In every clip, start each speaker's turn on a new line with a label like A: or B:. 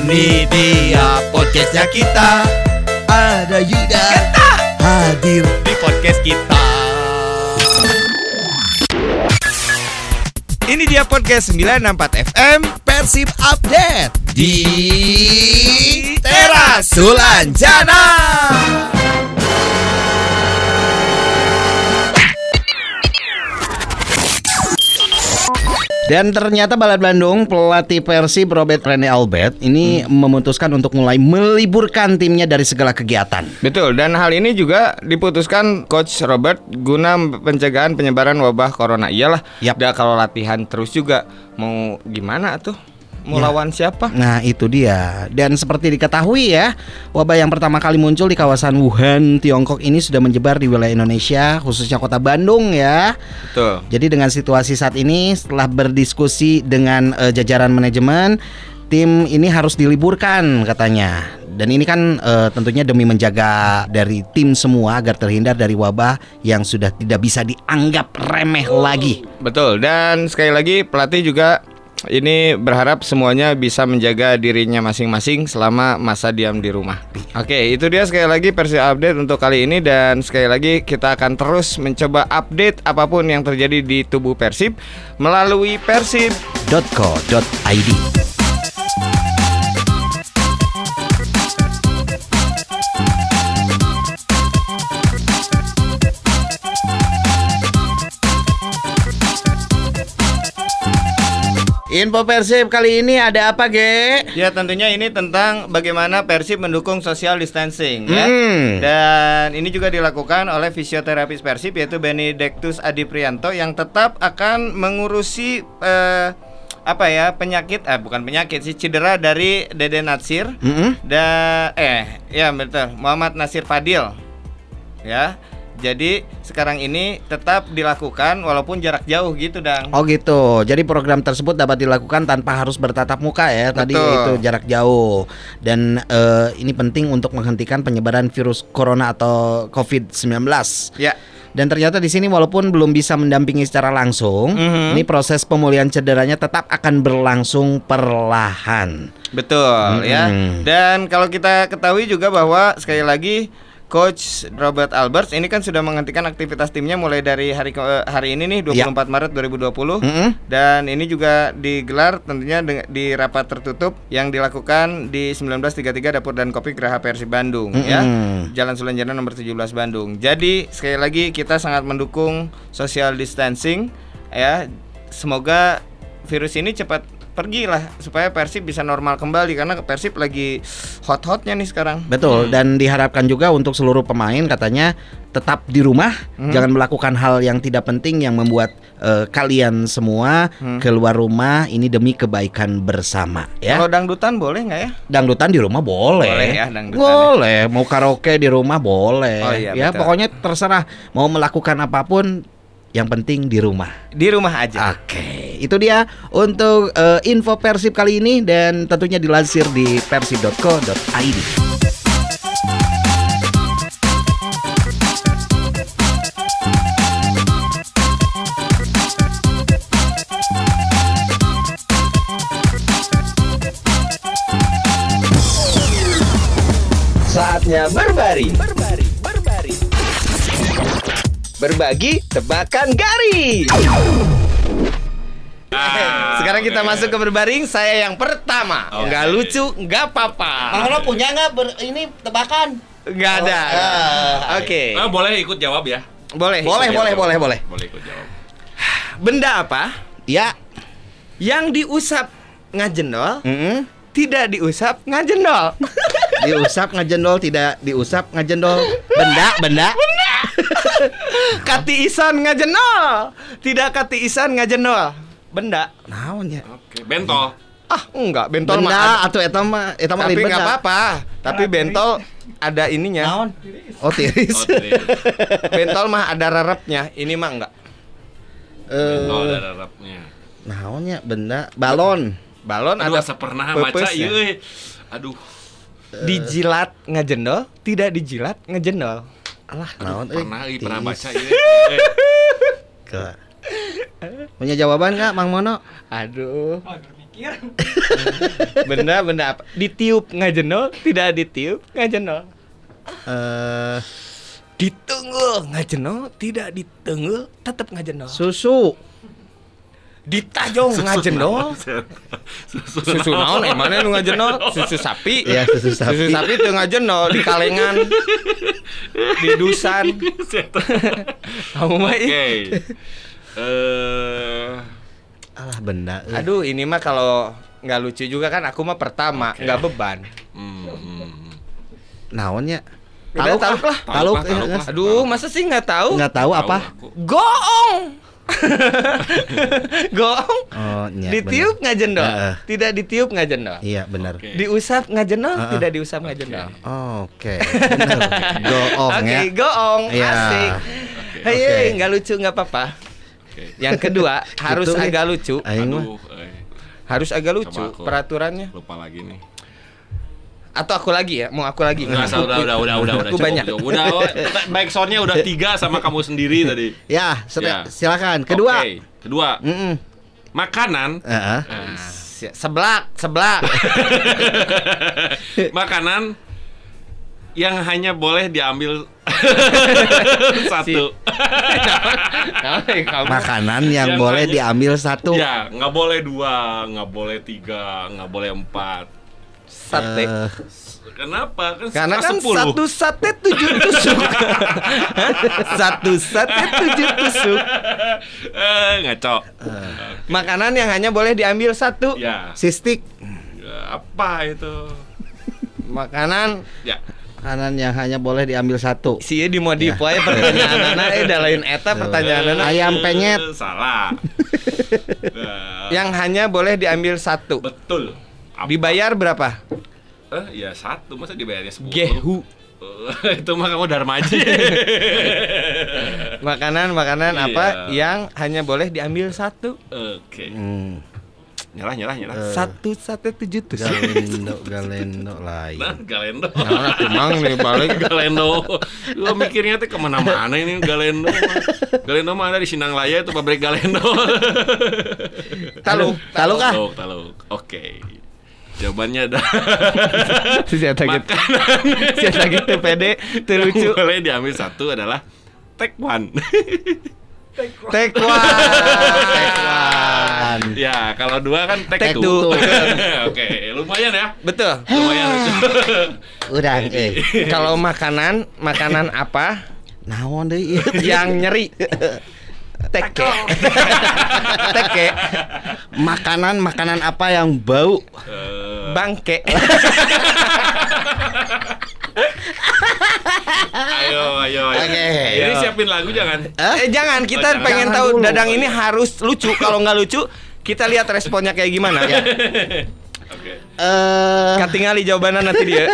A: Ini dia podcastnya kita.
B: Ada Yuda
A: Genta
B: hadir
A: di podcast kita. Ini dia podcast 964 FM
B: Persib Update
A: di Teras Sulanjana.
B: Dan ternyata Balad Bandung, pelatih Persib Robert Rene Albert ini memutuskan untuk mulai meliburkan timnya dari segala kegiatan.
C: Betul, dan hal ini juga diputuskan Coach Robert guna pencegahan penyebaran wabah corona. Iyalah, kalau latihan terus juga mau gimana tuh? Mau lawan siapa?
B: Nah itu dia. Dan seperti diketahui ya, wabah yang pertama kali muncul di kawasan Wuhan, Tiongkok ini sudah menyebar di wilayah Indonesia, khususnya kota Bandung ya.
C: Betul.
B: Jadi dengan situasi saat ini, setelah berdiskusi dengan jajaran manajemen, tim ini harus diliburkan katanya. Dan ini kan tentunya demi menjaga dari tim semua agar terhindar dari wabah yang sudah tidak bisa dianggap remeh lagi.
C: Betul, dan sekali lagi pelatih juga ini berharap semuanya bisa menjaga dirinya masing-masing selama masa diam di rumah. Oke, itu dia sekali lagi Persib Update untuk kali ini. Dan sekali lagi kita akan terus mencoba update apapun yang terjadi di tubuh Persib melalui persib.co.id.
B: Info Persib kali ini ada apa, Ge?
C: Ya tentunya ini tentang bagaimana Persib mendukung social distancing ya. Dan ini juga dilakukan oleh fisioterapis Persib yaitu Benedictus Adi Prianto yang tetap akan mengurusi cedera dari Dede Natsir dan betul Muhammad Nasir Fadil ya. Jadi sekarang ini tetap dilakukan walaupun jarak jauh gitu, Dang.
B: Oh gitu. Jadi program tersebut dapat dilakukan tanpa harus bertatap muka ya. Tadi
C: Betul.
B: itu jarak jauh. Dan ini penting untuk menghentikan penyebaran virus corona atau COVID-19.
C: Ya.
B: Dan ternyata di sini walaupun belum bisa mendampingi secara langsung, ini proses pemulihan cederanya tetap akan berlangsung perlahan.
C: Betul ya. Dan kalau kita ketahui juga bahwa sekali lagi Coach Robert Alberts ini kan sudah menghentikan aktivitas timnya mulai dari hari ini nih 24 Maret 2020 dan ini juga digelar tentunya di rapat tertutup yang dilakukan di 1933 Dapur dan Kopi Geraha Persib Bandung ya, Jalan Sulanjana nomor 17 Bandung. Jadi sekali lagi kita sangat mendukung social distancing ya. Semoga virus ini cepat pergilah supaya Persib bisa normal kembali karena Persib lagi hot-hotnya nih sekarang.
B: Betul, dan diharapkan juga untuk seluruh pemain katanya tetap di rumah, jangan melakukan hal yang tidak penting yang membuat kalian semua keluar rumah, ini demi kebaikan bersama ya.
C: Kalau dangdutan boleh nggak ya?
B: Dangdutan di rumah boleh.
C: Boleh ya dangdutan.
B: Boleh, mau karaoke di rumah boleh.
C: Oh, iya,
B: ya
C: betul.
B: pokoknya terserah mau melakukan apapun, yang penting di rumah.
C: Di rumah aja.
B: Oke, itu dia untuk info Persib kali ini dan tentunya dilansir di persib.co.id.
C: Saatnya berbaring. Berbagi tebakan garis. Sekarang kita masuk ke berbaring. Saya yang pertama. Nggak lucu, nggak apa-apa.
B: Mang Ono punya nggak ini tebakan?
C: Nggak ada. Oke.
D: Boleh ikut jawab ya?
C: Boleh.
B: Boleh.
D: Boleh ikut jawab.
C: Benda apa
B: Ya.
C: yang diusap ngajendol, tidak diusap ngajendol?
B: Diusap ngajendol, tidak diusap ngajendol. Benda.
C: Kati isan ngajendol, tidak kati isan ngajendol. Benda.
B: Naon ya?
D: Oke, bentol.
C: Enggak, bentol mah
B: Benda atau eta mah
C: tapi
B: lain
C: nggak
B: benda.
C: apa-apa. Tapi bentol ada ininya.
B: Naon? Oh, tiris.
C: Bentol mah ada rerepnya. Ini mah enggak.
D: Bentol ada rarapnya.
B: Naonnya benda balon.
C: Balon
D: Aduh,
C: ada
D: asa pernah maca
C: pepesnya.
D: ieu. Aduh.
C: Dijilat ngejendol, tidak dijilat ngejendol.
B: Alah, naon
D: Pernah baca ieu.
B: Punya jawaban nggak, Mang Mono?
C: Aduh. Benda apa? Ditiup ngajenol, tidak ditiup ngajenol. Ditenggel ngajenol, tidak ditenggel tetap ngajenol.
B: Susu.
C: Ditajong ngajenol. Susu naon emane nu ngajenol? Susu sapi.
B: Iya, susu sapi.
C: Susu sapi teu ngajenol di kalengan. Di dusan. Kamu mah
D: Oke.
B: Alah benda.
C: Aduh, ini mah kalau nggak lucu juga kan aku mah pertama, nggak beban.
B: Naonnya?
C: Udah tahu lah.
B: Taluk.
C: Aduh, masa sih nggak tahu?
B: Nggak tahu apa?
C: Goong. Goong.
B: Oh, iya,
C: Ditiup ngajenol, tidak ditiup ngajenol.
B: Iya, benar.
D: Oke.
C: Diusap ngajenol, tidak diusap ngajenol.
B: Oke. Benar. Goong ya.
C: Oke, goong.
B: Iya.
C: Asik. Hei, nggak lucu nggak apa-apa.
D: Oke.
C: Yang kedua harus
B: Gitu,
C: agak lucu.
B: Aing mah.
D: Aduh,
C: Harus agak lucu
D: Coba aku
C: peraturannya.
D: lupa lagi nih.
C: Atau aku lagi ya? Mau aku lagi?
D: Udah,
C: Aku
D: cukup,
C: banyak.
D: Udah, baik soundnya udah 3 sama kamu sendiri tadi.
B: Ya,
D: Ya.
B: silakan. Kedua.
D: Oke, kedua. Makanan.
C: Seblak.
D: Makanan yang hanya boleh diambil satu.
B: Makanan yang
D: Yang
B: boleh
D: hanya-
B: diambil satu.
D: Ya, nggak boleh 2, nggak boleh 3, nggak boleh 4.
C: Sate.
D: Kenapa?
C: Karena kan
D: 10.
C: satu sate 7 tusuk. Satu sate 7 tusuk.
D: Ngaco.
C: Makanan yang hanya boleh diambil satu.
D: Ya.
B: Sistik.
D: Ya, apa itu?
C: Makanan
D: Ya.
B: Makanan yang hanya boleh diambil satu.
C: sih dimodif wae pertanyaanana da lain eta pertanyaanana.
B: Ayam penyet.
D: Salah.
C: Yang hanya boleh diambil satu.
D: Betul. Apa?
C: Dibayar berapa?
D: Ya 1, masa dibayarnya 10?
C: Gehu.
D: Itu mah kamu Dharma aja.
C: Makanan
D: Iya.
C: apa yang hanya boleh diambil satu?
D: Oke.
B: Hmm.
D: Nyerah.
C: Satu sate 7 tusuk.
B: Galendo lain.
D: Nah, Galendo.
C: Nah, kumang nih balik.
D: Galendo. Gua mikirnya tuh kemana-mana ini Galendo. Galendo mah ada di Sinang Laya itu pabrik Galendo.
C: Taluk.
B: Taluk ah.
D: Taluk. Oke. Jawabannya ada.
C: Siapa gitu?
D: Makanan
C: Siapa gitu TPD terlucu.
D: boleh diambil satu adalah tekwan.
C: Tekwan.
D: Ya, kalau 2 kan
C: Tektu.
D: tektu. Oke, lumayan ya.
C: Betul.
D: Lumayan.
B: Udah,
C: Kalau makanan apa
B: Naon deui ieu?
C: yang nyeri? Teke. Teke.
B: Makanan apa yang bau?
C: Bangke.
D: Ayo.
B: Oke,
D: Ini
B: ayo.
D: siapin lagu jangan.
C: Jangan, kita
D: jangan.
C: pengen
B: Jangan
C: tahu
B: dulu.
C: Dadang ini harus lucu. Kalau nggak lucu, kita lihat responnya kayak gimana ya.
D: Oke.
C: Katingali jawabannya nanti dia.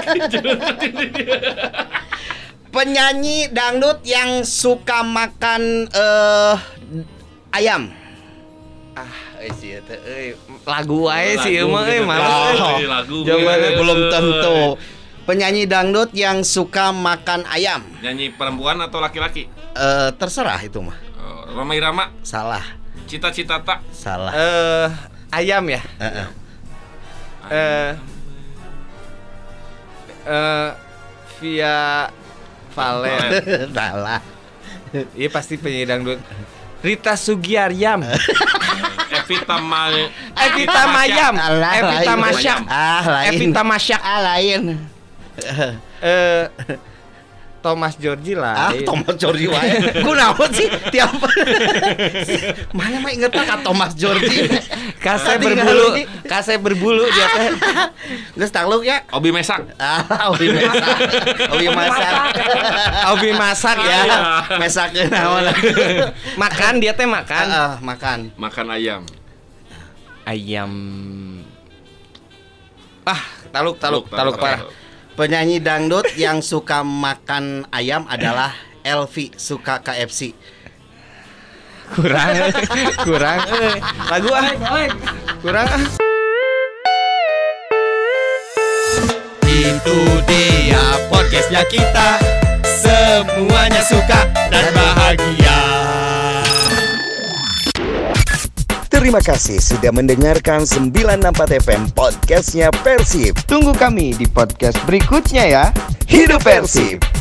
B: Penyanyi dangdut yang suka makan ayam.
C: Sih eta lagu wae sih
D: Lagu
C: mah
D: gitu.
C: males.
D: Oh, lagu.
C: Jawabannya
B: Belum tentu. Penyanyi dangdut yang suka makan ayam.
D: Nyanyi perempuan atau laki-laki?
B: Terserah itu mah.
D: Roma Irama,
B: Salah.
D: Cita-cita tak.
B: Salah.
C: Ayam ya. Via Valen.
B: Salah.
C: Iya pasti penyanyi dangdut. Rita Sugiaryam.
D: Evita Mayam.
C: Evita Mayam. Evita
B: lain.
C: Masyak.
B: Lain.
C: Evita Masyak.
B: Lain.
C: Thomas Georgi lah.
B: Thomas Georgi wae. Ku naon sih tiap mana mah inget ka Thomas Georgi.
C: Kase berbulu dia teh.
B: Geus takluk ya.
D: Obi Mesak.
B: Obi masak.
C: Obi masak ya.
B: Mesak naon.
C: Makan dia teh makan.
B: Makan.
D: Makan ayam.
C: Ayam. Taluk parah.
B: Penyanyi dangdut yang suka makan ayam adalah Elvi suka KFC.
C: Kurang. Lagu kurang.
A: Itu dia podcastnya kita. Semuanya suka dan bahagia.
E: Terima kasih sudah mendengarkan 964 FM podcastnya Persib.
C: Tunggu kami di podcast berikutnya ya.
E: Hidup Persib!